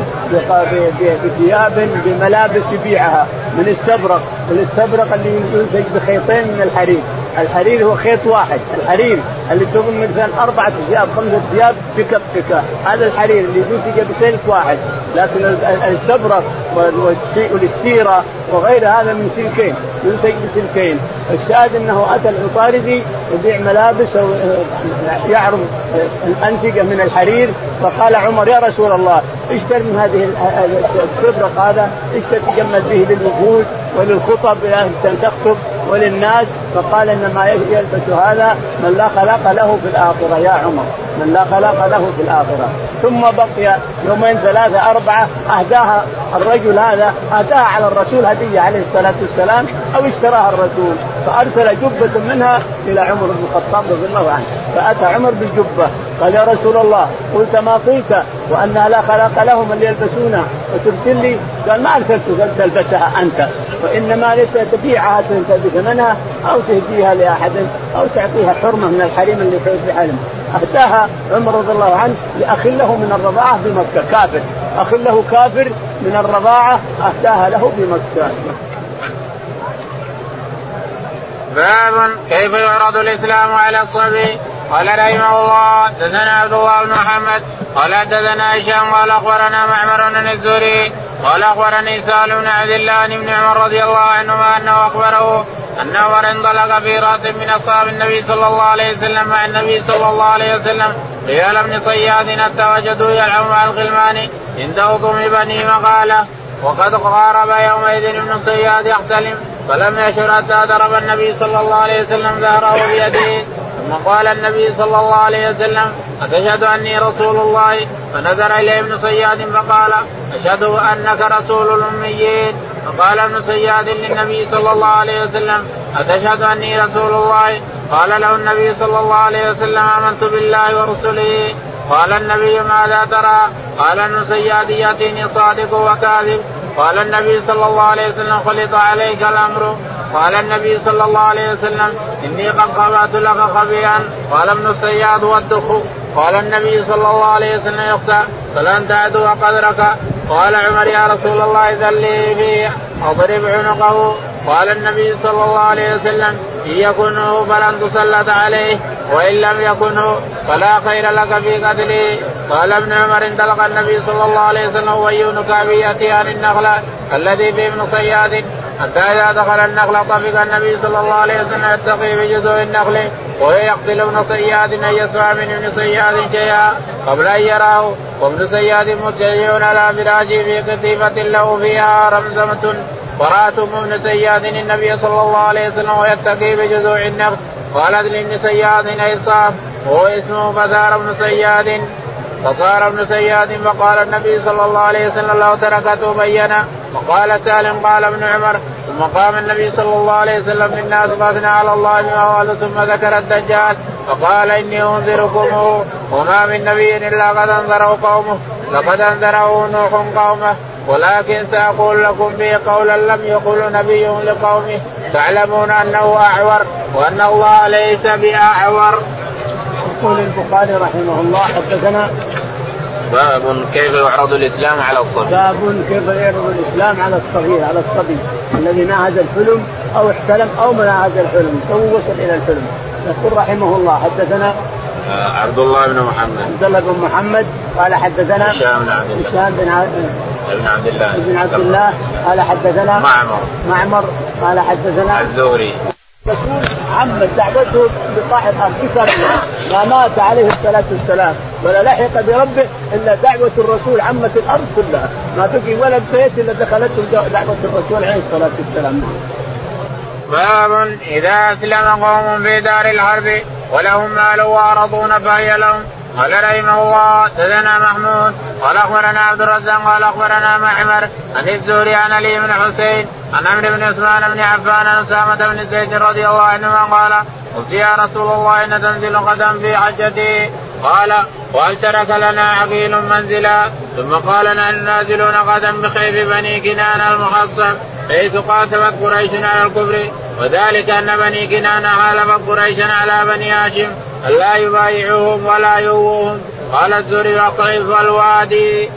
Speaker 2: بثياب بملابس يبيعها من استبرق، الاستبرق اللي ينسج بخيطين من الحرير، الحرير هو خيط واحد، الحرير اللي تضم مثلا أربعة ثياب خمسة ثياب بكفكة، هذا الحرير اللي ينسج بسلك واحد، لكن الاستبرق والاستيرة وغير هذا من سلكين ينسج بسلكين. الشاهد أنه أتى العطاردي يبيع ملابس يعرض الأنسجة من الحرير، فقال عمر يا رسول الله اشتر من هذه الاستبرق هذا، اشتر تجمل به للوفود وللخطب أن تخطب وللناس، فقال إنما يلبس هذا من لا خلاق له في الآخرة يا عمر، من لا خلاق له في الآخرة. ثم بقي يومين ثلاثة أربعة أهداها الرجل هذا أهداها على الرسول هدية عليه الصلاة والسلام أو اشتراها الرسول، فأرسل جبة منها إلى عمر بن الخطاب رضي الله عنه، فأتى عمر بالجبة قال يا رسول الله قلت ما قلت وأنها لا خلاق لهم اللي يلبسونها وترسل لي؟ قال ما أرسلت، قلت تلبسها أنت، وإنما تبيعها بثمنها أو تهديها لأحد أو تعطيها حرمة من الحريم اللي في حلم. أهداها عمر رضي الله عنه لأخ له من الرضاعة بمكة، كافر، أخ له كافر من الرضاعة أهداها له بمكة.
Speaker 1: باب كيف يعرض الإسلام على الصبي. قال رحمه الله دثنا عبد الله بن محمد قال دثنا هشام قال أخبرنا معمر عن الزهري قال أخبرني سالم بن عبد الله بن عمر رضي الله عنهما أنه أخبره أن عمر انطلق في راتب من أصحاب النبي صلى الله عليه وسلم مع النبي صلى الله عليه وسلم قيل بن صياد حتى وجدوا يلعب مع الغلمان عندهم بني مقالة، وقد قارب يومئذ ابن صياد يحتلم فلم يشعر حتى ضرب النبي صلى الله عليه وسلم ظهره بيده ثم ثم قال النبي صلى الله عليه وسلم أتشهد أني رسول الله؟ فنظر إليه ابن صياد فقال أشهد أنك رسول الأميين. فقال ابن صياد للنبي صلى الله عليه وسلم أتشهد أني رسول الله؟ قال له النبي صلى الله عليه وسلم آمنت بالله ورسله. قال النبي ماذا ترى؟ قال ابن صياد يأتيني صادق وكاذب. قال النبي صلى الله عليه وسلم خلط عليك الأمر. قال النبي صلى الله عليه وسلم إني قد خبأت لك خبيئا. قال ابن الصياد والدخ. قال النبي صلى الله عليه وسلم يخشى فلن تعدو قدرك. قال عمر يا رسول الله إذن لي فيه أضرب عنقه. قال النبي صلى الله عليه وسلم إن يكنه فلن تسلط عليه وإن لم يكنه فلا خير لك في قتله. قال ابن عمر انطلق النبي صلى الله عليه وسلم ويون كعب يأتيان النخلة الذي في ابن صياد حتى إذا دخل النخلة طفق النبي صلى الله عليه وسلم يتقي بجذوع النخل ويقتل ابن صياد أن يسمع من ابن صياد شيئا قبل أن يراه. وابن صياد متجه على فراشه في قطيفة له فيها رمزمة ورأتم ابن صياد النبي صلى الله عليه وسلم ويتقي بجذوع النخل. قالت لابن صياد عصام وهو اسمه فثار ابن صياد فصار ابن صياد. فقال النبي صلى الله عليه وسلم لو تركته بينا. وقال سالم قال ابن عمر ثم قام النبي صلى الله عليه وسلم للناس فاثنى على الله بما ثم ذكر الدجال فقال إني أنذركم وما من نبي إلا قد أنذره قومه لقد أنذره نوح قومه ولكن سأقول لكم به قولا لم يقل نبي لقومه تعلمون أنه أعور وأن الله ليس بأعور.
Speaker 2: يقول البخاري رحمه الله حدثنا
Speaker 1: باب كيف يعرض الإسلام على الصبي.
Speaker 2: باب كيف يعرض الإسلام على الصغير على الصبي الذي ناهز الحلم أو احتلم أو ما ناهز الحلم تو وصل إلى الحلم. يقول رحمه الله حدثنا
Speaker 1: عبد الله بن محمد
Speaker 2: عبد الله بن محمد قال حدثنا
Speaker 1: هشام بن عبد الله
Speaker 2: هشام بن
Speaker 1: عبد الله
Speaker 2: بن عبد الله قال حدثنا
Speaker 1: معمر
Speaker 2: معمر قال حدثنا
Speaker 1: الزهري.
Speaker 2: رسول عمت دعوته بطاح الأرض بكرمه ما مات عليه الصلاة والسلام ولا لحق بربه إلا دعوة الرسول عمت الأرض كلها ما بقي ولا بيت إلا دخلته دعوة الرسول عليه الصلاة والسلام.
Speaker 1: باب إذا أسلم قوم في دار الحرب ولهم مال وأرضون فهي لهم. قال رحمه الله حدثنا محمود قال أخبرنا عبد الرزاق قال أخبرنا معمر عن الزهري عن علي بن حسين عن عمرو بن عثمان بن عفان عن أسامة بن زيد رضي الله عنهما قال قلت يا رسول الله إن تنزل غدا في حجتي قال وهل ترك لنا عقيل منزلا ثم قال نحن نازلون غدا بخيف بني كنان المحصن حيث قاتلت قريش على الكفر وذلك أن بني كنان حالفت قريش على بني هاشم ألا يبايعوهم ولا يووهم. قال الزهري وقيف الوادي.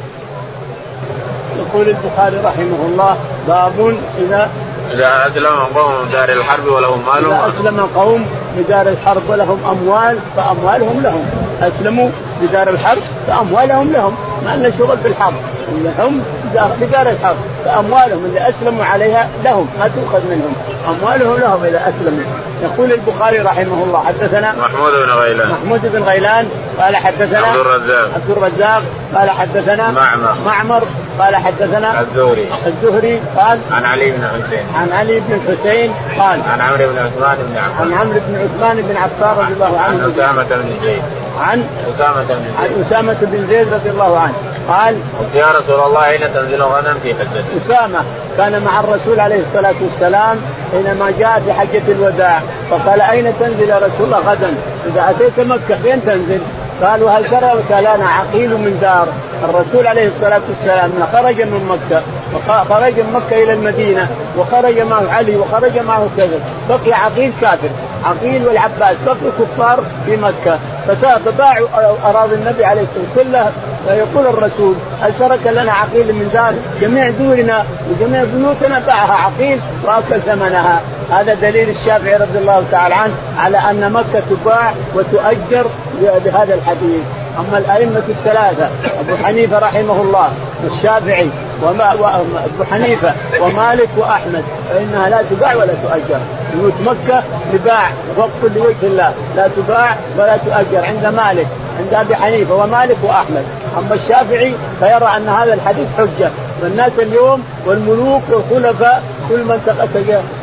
Speaker 2: يقول البخاري رحمه الله باب إذا
Speaker 1: إذا أسلم قوم دار الحرب ولهم مال
Speaker 2: إذا أسلم قوم بدار الحرب ولهم أموال فأموالهم لهم. أسلموا بدار الحرب فأموالهم لهم ما لنا شغل بالحرب هم بدار الحرب فأموالهم اللي أسلموا عليها لهم ما تؤخذ منهم أموالهم لهم إذا أسلموا. يقول البخاري رحمه الله حدثنا
Speaker 1: محمود بن غيلان
Speaker 2: محمود بن غيلان قال حدثنا
Speaker 1: عبد الرزاق
Speaker 2: عبد الرزاق قال حدثنا
Speaker 1: معمر
Speaker 2: معمر قال حدثنا
Speaker 1: الزهري
Speaker 2: الزهري قال
Speaker 1: عن علي بن حسين
Speaker 2: عن علي بن الحسين قال
Speaker 1: عن عمرو بن عثمان بن عفان
Speaker 2: عن عمرو بن عثمان بن عفان رضي الله عنه
Speaker 1: عن أسامة بن زيد
Speaker 2: عن
Speaker 1: أسامة بن زيد
Speaker 2: عن أسامة بن زيد رضي الله عنه قال
Speaker 1: يا رسول الله أين تنزل غدا في حجتي.
Speaker 2: أسامة كان مع الرسول عليه الصلاة والسلام حينما جاء في حجة الوداع فقال أين تنزل يا رسول الله غدا إذا أتيت مكة فين تنزل؟ قالوا هل ترى لنا عقيل من دار. الرسول عليه الصلاة والسلام خرج من مكة وخرج من مكة إلى المدينة وخرج معه علي وخرج معه كذا بقي عقيل كافر عقيل والعباس بقي كفار في مكة فباعوا أراضي النبي عليه الصلاة والسلام. فيقول الرسول هل ترك لنا عقيل من دار؟ جميع دورنا وجميع بيوتنا باعها عقيل وأكل ثمنها. هذا دليل الشافعي رضي الله تعالى عنه على أن مكة تباع وتؤجر بهذا الحديث. أما الأئمة الثلاثة أبو حنيفة رحمه الله والشافعي وأبو حنيفة ومالك وأحمد فإنها لا تباع ولا تؤجر. بيوت مكة تباع وقف لوجه الله لا تباع ولا تؤجر عند مالك عند أبي حنيفة ومالك وأحمد. أما الشافعي فيرى أن هذا الحديث حجة. والناس اليوم والملوك والخلفاء كل من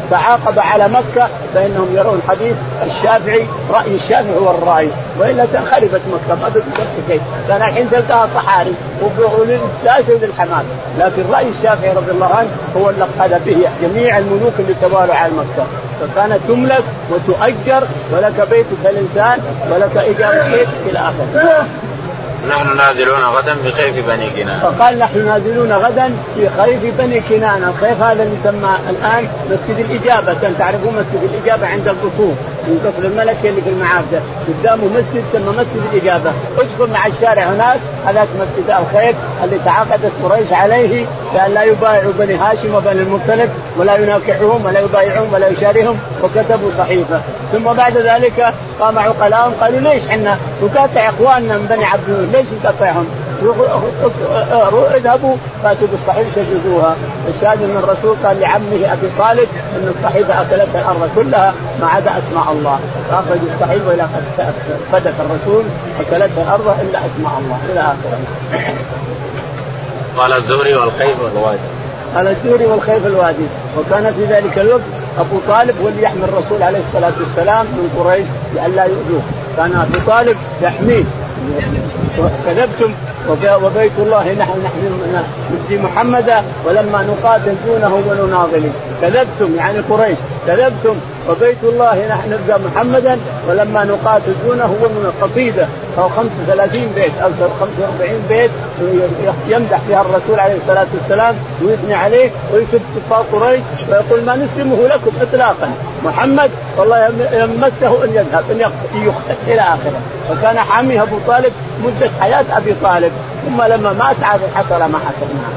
Speaker 2: تعاقب على مكة فإنهم يرون حديث الشافعي رأي الشافعي هو الرأي، وإلا خربت مكة ما بتقدر شيء. كان الحين تلقاها صحاري وللساسة وللحمام، لكن رأي الشافعي رضي الله عنه هو اللي قاد به جميع الملوك اللي توالوا على مكة، فكانت تملك وتؤجر ولك بيت كالإنسان ولك إيجار الشيء إلى آخره.
Speaker 1: نحن نازلون غدا بخيف بني كنانة.
Speaker 2: فقال نحن نازلون غدا في خيف بني كنانة. الخيف هذا اللي يسمى الآن مسجد الإجابة، كان تعرفون مسجد الإجابة عند القصور من قصر الملكي اللي في المعابد قدامه مسجد سمى مسجد الإجابة. ادخل مع الشارع هناك هذاك مسجد الخيف اللي تعاقدت قريش عليه بأن لا يبايعوا بني هاشم وبني المطلب ولا يناكحوهم ولا يبايعوهم ولا يشاريهم، وكتبوا صحيفة. ثم بعد ذلك قام عقلاهم قالوا ليش حنا نقاطع اخواننا من بني عبد المطلب، ليش نقاطعهم؟ اذهبوا فاتوا بالصحيفه شجزوها. الشاهد ان الرسول قال لعمه ابي طالب ان الصحيفه اكلتها الارض كلها ما عدا اسماء الله، فاخرجوا الصحيفه الى صدق الرسول اكلتها الارض الا اسماء الله الى اخره.
Speaker 1: قال الزهري والخيف والوادي.
Speaker 2: قال الزهري والخيف الوادي. وكان في ذلك الوقت ابو طالب هو اللي يحمي الرسول عليه الصلاه والسلام من قريش لئلا يؤذوه، كان ابو طالب يحميه. كذبتم وبيت الله نحن نحن نبدي محمدا ولما نقاتل دونه ونناضله. كذبتم يعني قريش، كذبتم وبيت الله نحن نبدأ محمدا ولما نقاتل دونه وقصيدة أو خمسة وثلاثين بيت أو خمسة وأربعين بيت يمدح فيها الرسول عليه الصلاة والسلام ويثني عليه ويسب كفار قريش ويقول ما نسلمه لكم إطلاقا، محمد والله يمسه أن يذهب أن يقتل إلى آخره. وكان حاميه أبو طالب مدة حياة أبي طالب، ثم لما مات عاد حصل ما حصل معه.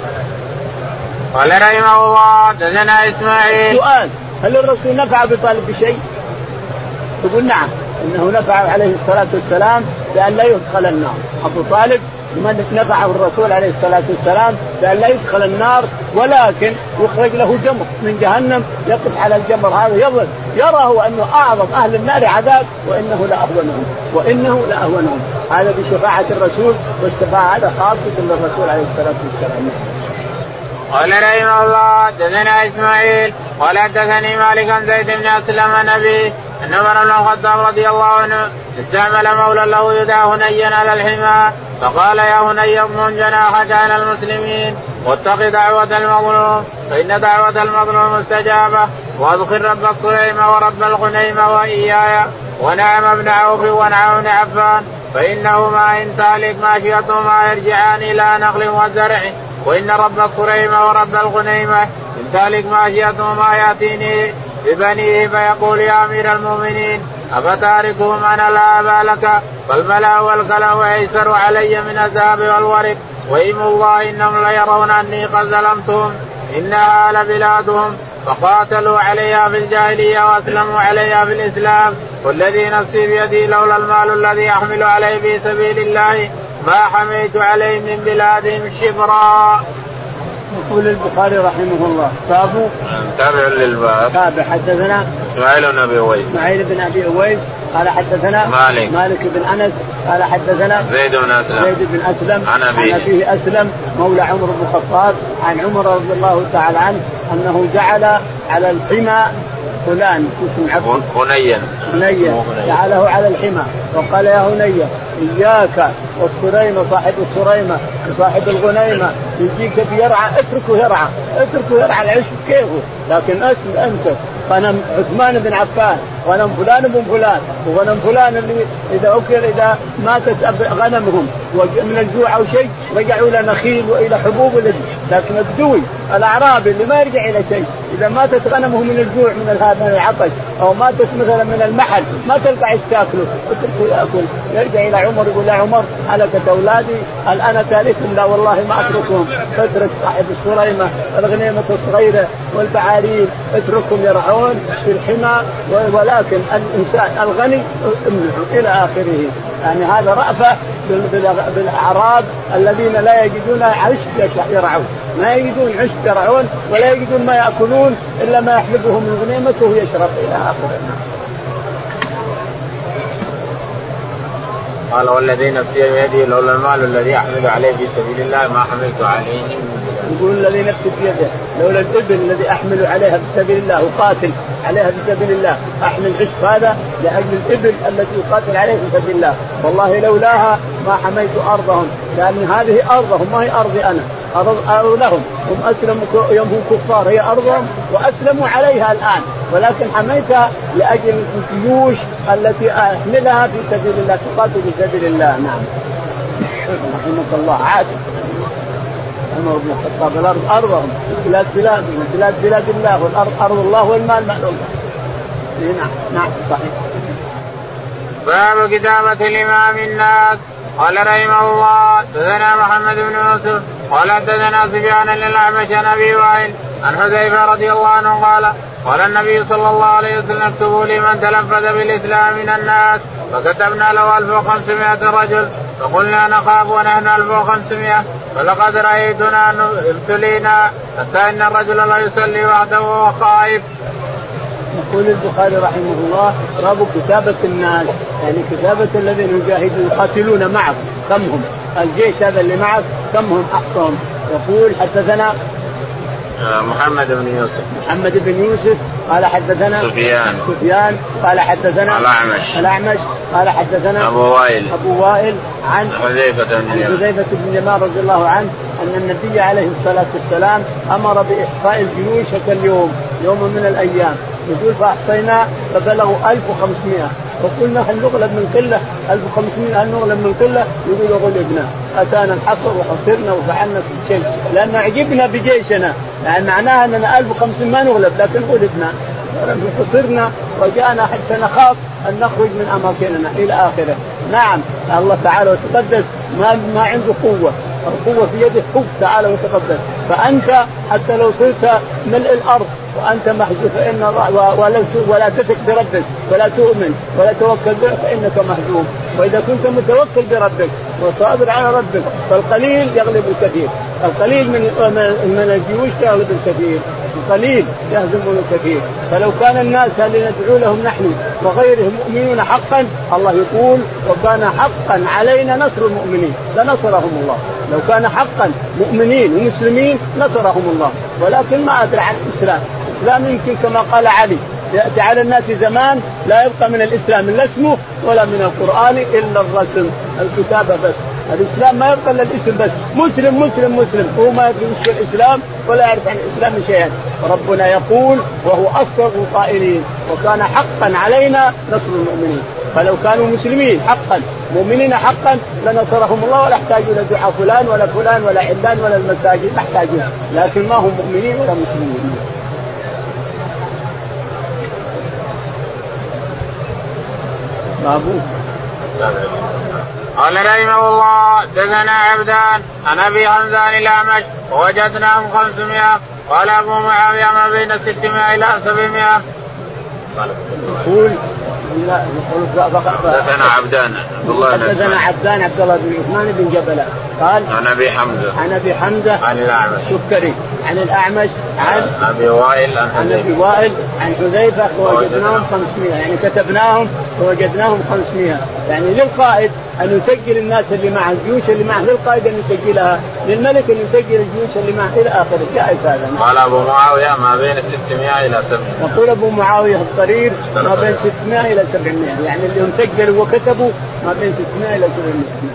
Speaker 1: قال رحمه الله دثنا إسماعيل.
Speaker 2: سؤال: هل الرسول نفع أبي طالب بشيء؟ تقول نعم، إنه نفع عليه الصلاة والسلام بأن لا يدخل النار. أبو طالب من نفعه الرسول عليه الصلاة والسلام بأن لا يدخل النار، ولكن يخرج له جمر من جهنم يقف على الجمر هذا يظل يراه أنه أعظم أهل النار عذاب وإنه لأهونهم وإنه لأهونهم. هذا بشفاعة الرسول، والشفاعة هذا خاصة للرسول عليه الصلاة والسلام.
Speaker 1: قال رحمه الله دثنا إسماعيل قال حدثني مالك عن زيد بن أسلم نبي أن عمر بن الخطاب رضي الله عنه استعمل مولى له يدعى هنيا على الحمى فقال يا هني اضمن جناحك على المسلمين واتق دعوة المظلوم فإن دعوة المظلوم مستجابة واذكر رب الصليم ورب الغنيم وإياي ونعم ابن عوف ونعم بن عفان فإنهما إن تهلك ماشيتهما يرجعان إلى نخل وزرع وإن رب الصليم ورب الغنيم إن تهلك ماشيتهما يأتيني ببنيه فيقول يا أمير المؤمنين أفتاركهم أنا لا أبا لك فالملا والكلا أيسر علي من الذهب والورق وإيم الله إنهم ليرون أني قد ظلمتهم إنها لبلادهم فقاتلوا عليها في الجاهلية وأسلموا عليها في الإسلام والذي نفسي بيدي لولا المال الذي أحمل عليه في سبيل الله ما حميت عليه من بلادهم شبرا.
Speaker 2: يقول البخاري رحمه الله باب
Speaker 1: تابع للباب.
Speaker 2: تابع حدثنا
Speaker 1: إسماعيل بن أبي أويس
Speaker 2: إسماعيل بن أبي أويس قال حدثنا
Speaker 1: مالك
Speaker 2: مالك بن أنس قال حدثنا
Speaker 1: زيد بن أسلم
Speaker 2: زيد بن أسلم
Speaker 1: عن أبيه
Speaker 2: أسلم مولى عمر بن الخطاب عن عمر رضي الله تعالى عنه أنه جعل على الحمى فلان اسم عبد
Speaker 1: هنيا
Speaker 2: هنيا جعله على الحمى وقال يا هنيا إياك والصريمة صاحب الصريمة صاحب الغنيمة يجيك بيرعى اتركه يرعى اتركه يرعى العيش كيفه، لكن اسم أنت غنم عثمان بن عفان غنم فلان بن فلان وغنم فلان اللي إذا أكل إذا ماتت غنمهم من الجوع أو شيء رجعوا إلى نخيل وإلى حبوب ولد، لكن الدوي الأعرابي اللي ما يرجع إلى شيء إذا ماتت غنمه من الجوع من العطش أو ماتت مثلا من المحل ما تلقى عيش تاكله اتركه يأكل. يرجع إلى عمر يقول يا عمر هلكت أولادي هل أنا ثالثهم؟ لا والله ما أتركهم، فاترك صاحب الصريمة الغنيمة الصغيرة والبعارين اتركهم يرعون في الحمى، ولكن الإنسان الغني امنعه إلى آخره. يعني هذا رأفة بالأعراب الذين لا يجدون عش يرعون، ما يجدون عش يرعون ولا يجدون ما يأكلون إلا ما يحلبه من غنيمته ويشرب إلى آخره.
Speaker 1: قال والذي نفسي بيده لولا المال الذي أحمل عليه في سبيل الله ما حملت عليه.
Speaker 2: يقول الذي نفسي بيده لولا الإبل الذي أحمل عليها في سبيل الله وقاتل عليها في سبيل الله، أحمل عشق هذا لأجل الإبل التي يقاتل عليها في سبيل الله، والله لولاها ما حميت أرضهم، لأن هذه أرضهم ما هي أرضي أنا، أرض لهم، هم أسلموا يوم هم كفار، هي أرضهم وأسلموا عليها الآن، ولكن حميتها لأجل الجيوش التي أحملها في سبيل الله تقاتل في سبيل الله. نعم. رحمك الله. عاد عمر بن الخطاب الأرض أرضهم، بلاد بلاد بلاد بلاد الله، والأرض أرض الله والمال مال الله. نعم نعم صحيح.
Speaker 1: باب كتابة الإمام الناس. قال رحمه الله حدثنا محمد بن يوسف قال حدثنا سفيان الأعمش عن أبي وائل عن حذيفة رضي الله عنه قال قال النبي صلى الله عليه وسلم اكتبوا لمن تلفظ بالإسلام من الناس، فكتبنا له ألف وخمسمائة رجل، فقلنا نخاف ونحن ألف وخمسمائة، فلقد رأيتنا ابتلينا حتى إن الرجل لا يصلي وحده وهو خائف.
Speaker 2: يقول البخاري رحمه الله باب كتابة الناس، يعني كتابة الذين يجاهدون يقاتلون معه، كم هم الجيش هذا اللي معك كم هم أحصهم. يقول حدثنا
Speaker 1: محمد بن يوسف
Speaker 2: محمد بن يوسف قال حدثنا
Speaker 1: سفيان
Speaker 2: سفيان قال حدثنا
Speaker 1: الأعمش
Speaker 2: الأعمش قال حدثنا
Speaker 1: أبو وائل
Speaker 2: أبو وائل عن
Speaker 1: حذيفة
Speaker 2: بن اليمان رضي الله عنه أن النبي عليه الصلاة والسلام أمر بإحصاء الجيوش اليوم يوم من الأيام، يقول فأحصينا فبلغوا ألف وخمسمائة، وقلنا هل نغلب من قلة؟ ألف وخمسمائة هل نغلب من قلة؟ يقول غلبنا، أتانا الحصر وخسرنا وفعلنا كل شيء، لأن عجبنا بجيشنا، يعني معناها أننا ألف وخمسمائة ما نغلب لكن غلبنا خسرنا وجاءنا حتى نخاف أن نخرج من أماكننا إلى آخره. نعم الله تعالى وتقدس ما ما عنده قوة، القوة في يده، حب تعالى وتقدس، فأنت حتى لو صرت ملء الأرض وأنت محجوب فإن ولا ولا تثق بربك ولا تؤمن ولا توكل به فإنك مهزوم، وإذا كنت متوكل بربك وصابر على ربك فالقليل يغلب الكثير، القليل من من الجيوش يغلب الكثير، القليل يهزمون الكثير. فلو كان الناس اللي ندعو لهم نحن وغيرهم مؤمنون حقا، الله يقول وكان حقا علينا نصر المؤمنين لنصرهم الله، لو كان حقا مؤمنين ومسلمين نصرهم الله، ولكن ما أدري عن الإسلام. الإسلام يمكن كما قال علي يأتي على الناس زمان لا يبقى من الإسلام إلا اسمه ولا من القرآن إلا الرسم الكتابة بس، الإسلام ما يبقى إلا الاسم بس، مسلم مسلم مسلم، هو ما يدري وش الإسلام ولا يعرف عن الإسلام شيئا. وربنا يقول وهو أصدق القائلين وكان حقا علينا نصر المؤمنين، فلو كانوا مسلمين حقا مؤمنين حقا لنصرهم الله، ولا يحتاجون دعاء فلان ولا فلان ولا علان ولا المساجد، ما يحتاجون، لكن ما هم مؤمنين ولا مسلمين. بابو
Speaker 1: قال رحمه الله دثنا عبدان عن ابي حمزه الأعمش ووجدناهم خمسمائة، قال ابو معاويه ما بين ستمائة الى سبعمائة.
Speaker 2: يقول
Speaker 1: دثنا عبدان عبد الله
Speaker 2: دثنا عبدان عبد الله بن عثمان بن جبلة قال
Speaker 1: عن ابي حمزه
Speaker 2: عن ابي حمزه
Speaker 1: عن الأعمش
Speaker 2: سكري عن الأعمش عن
Speaker 1: ابي وائل
Speaker 2: عن ابي وائل عن حذيفه ووجدناهم خمسمائة، يعني كتبناهم ووجدناهم خمسمائة، يعني للقائد أن يسجل الناس اللي معه، الجيوش اللي معه، للقائد أن يسجلها، للملك أن يسجل الجيوش اللي معه إلى آخره. جائز هذا.
Speaker 1: قال أبو معاوية ما بين ستمائة إلى سبعمائة.
Speaker 2: يقول أبو معاوية الضرير ما بين ستمائة إلى سبعمائة، يعني اللي هم سجلوا وكتبوا ما بين ستمائة إلى سبعمائة.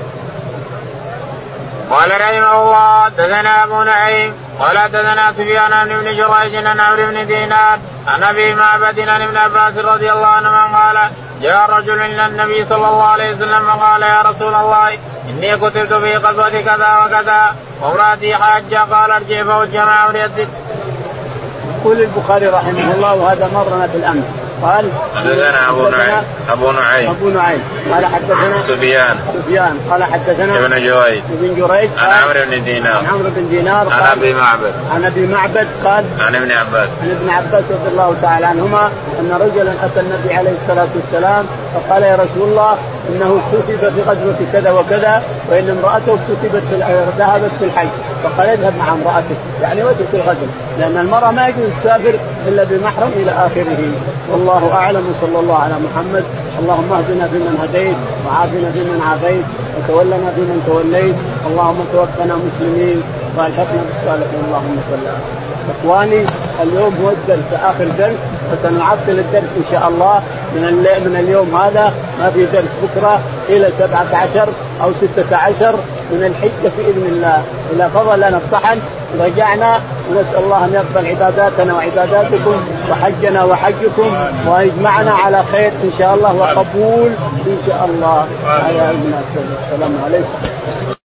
Speaker 1: قال رحمه الله دثنا أبو نعيم قال دثنا سفيان عن ابن جريج عن عمرو بن دينار عن أبي معبد عن ابن عباس رضي الله عنهما قال جاء رجل إلى النبي صلى الله عليه وسلم قال يا رسول الله إني كتبت في غزوة كذا وكذا وامرأتي حاجة، قال ارجع فوجه مع امرأتك.
Speaker 2: يقول البخاري رحمه الله وهذا مرنا في الأمر قال
Speaker 1: حدثنا أبو نعيم أبو نعيم
Speaker 2: أبو نعيم قال حدثنا
Speaker 1: سفيان
Speaker 2: سفيان قال حدثنا
Speaker 1: ابن جريج
Speaker 2: ابن جريج
Speaker 1: عن عمرو بن دينار
Speaker 2: عن عمرو بن دينار
Speaker 1: عن أبي معبد
Speaker 2: عن أبي معبد قال
Speaker 1: عن ابن عباس
Speaker 2: عن ابن عباس رضي الله تعالى عنهما أن رجلا أتى النبي عليه الصلاة والسلام فقال يا رسول الله إنه كتب في غزوة كذا وكذا وإن امرأته كتبت في ذهبت في الحج، فقال اذهب مع امرأتك، يعني وجه في الغزو، لأن المرأة ما يجوز تسافر إلا بمحرم إلى آخره. والله أعلم وصلى الله على محمد. اللهم اهدنا فيمن هديت وعافنا فيمن عافيت وتولنا فيمن توليت، اللهم توفنا مسلمين والحقنا بالصالحين اللهم صل على اخواني. اليوم هو الدرس اخر درس، فسنعطل الدرس ان شاء الله من من اليوم هذا، ما في درس بكره الى سبعة عشر او ستة عشر من الحجة بإذن الله. إذا فضل لنا الصحن رجعنا، ونسأل الله أن يقبل عباداتنا وعباداتكم وحجنا وحجكم ويجمعنا على خير إن شاء الله وقبول إن شاء الله. السلام عليكم.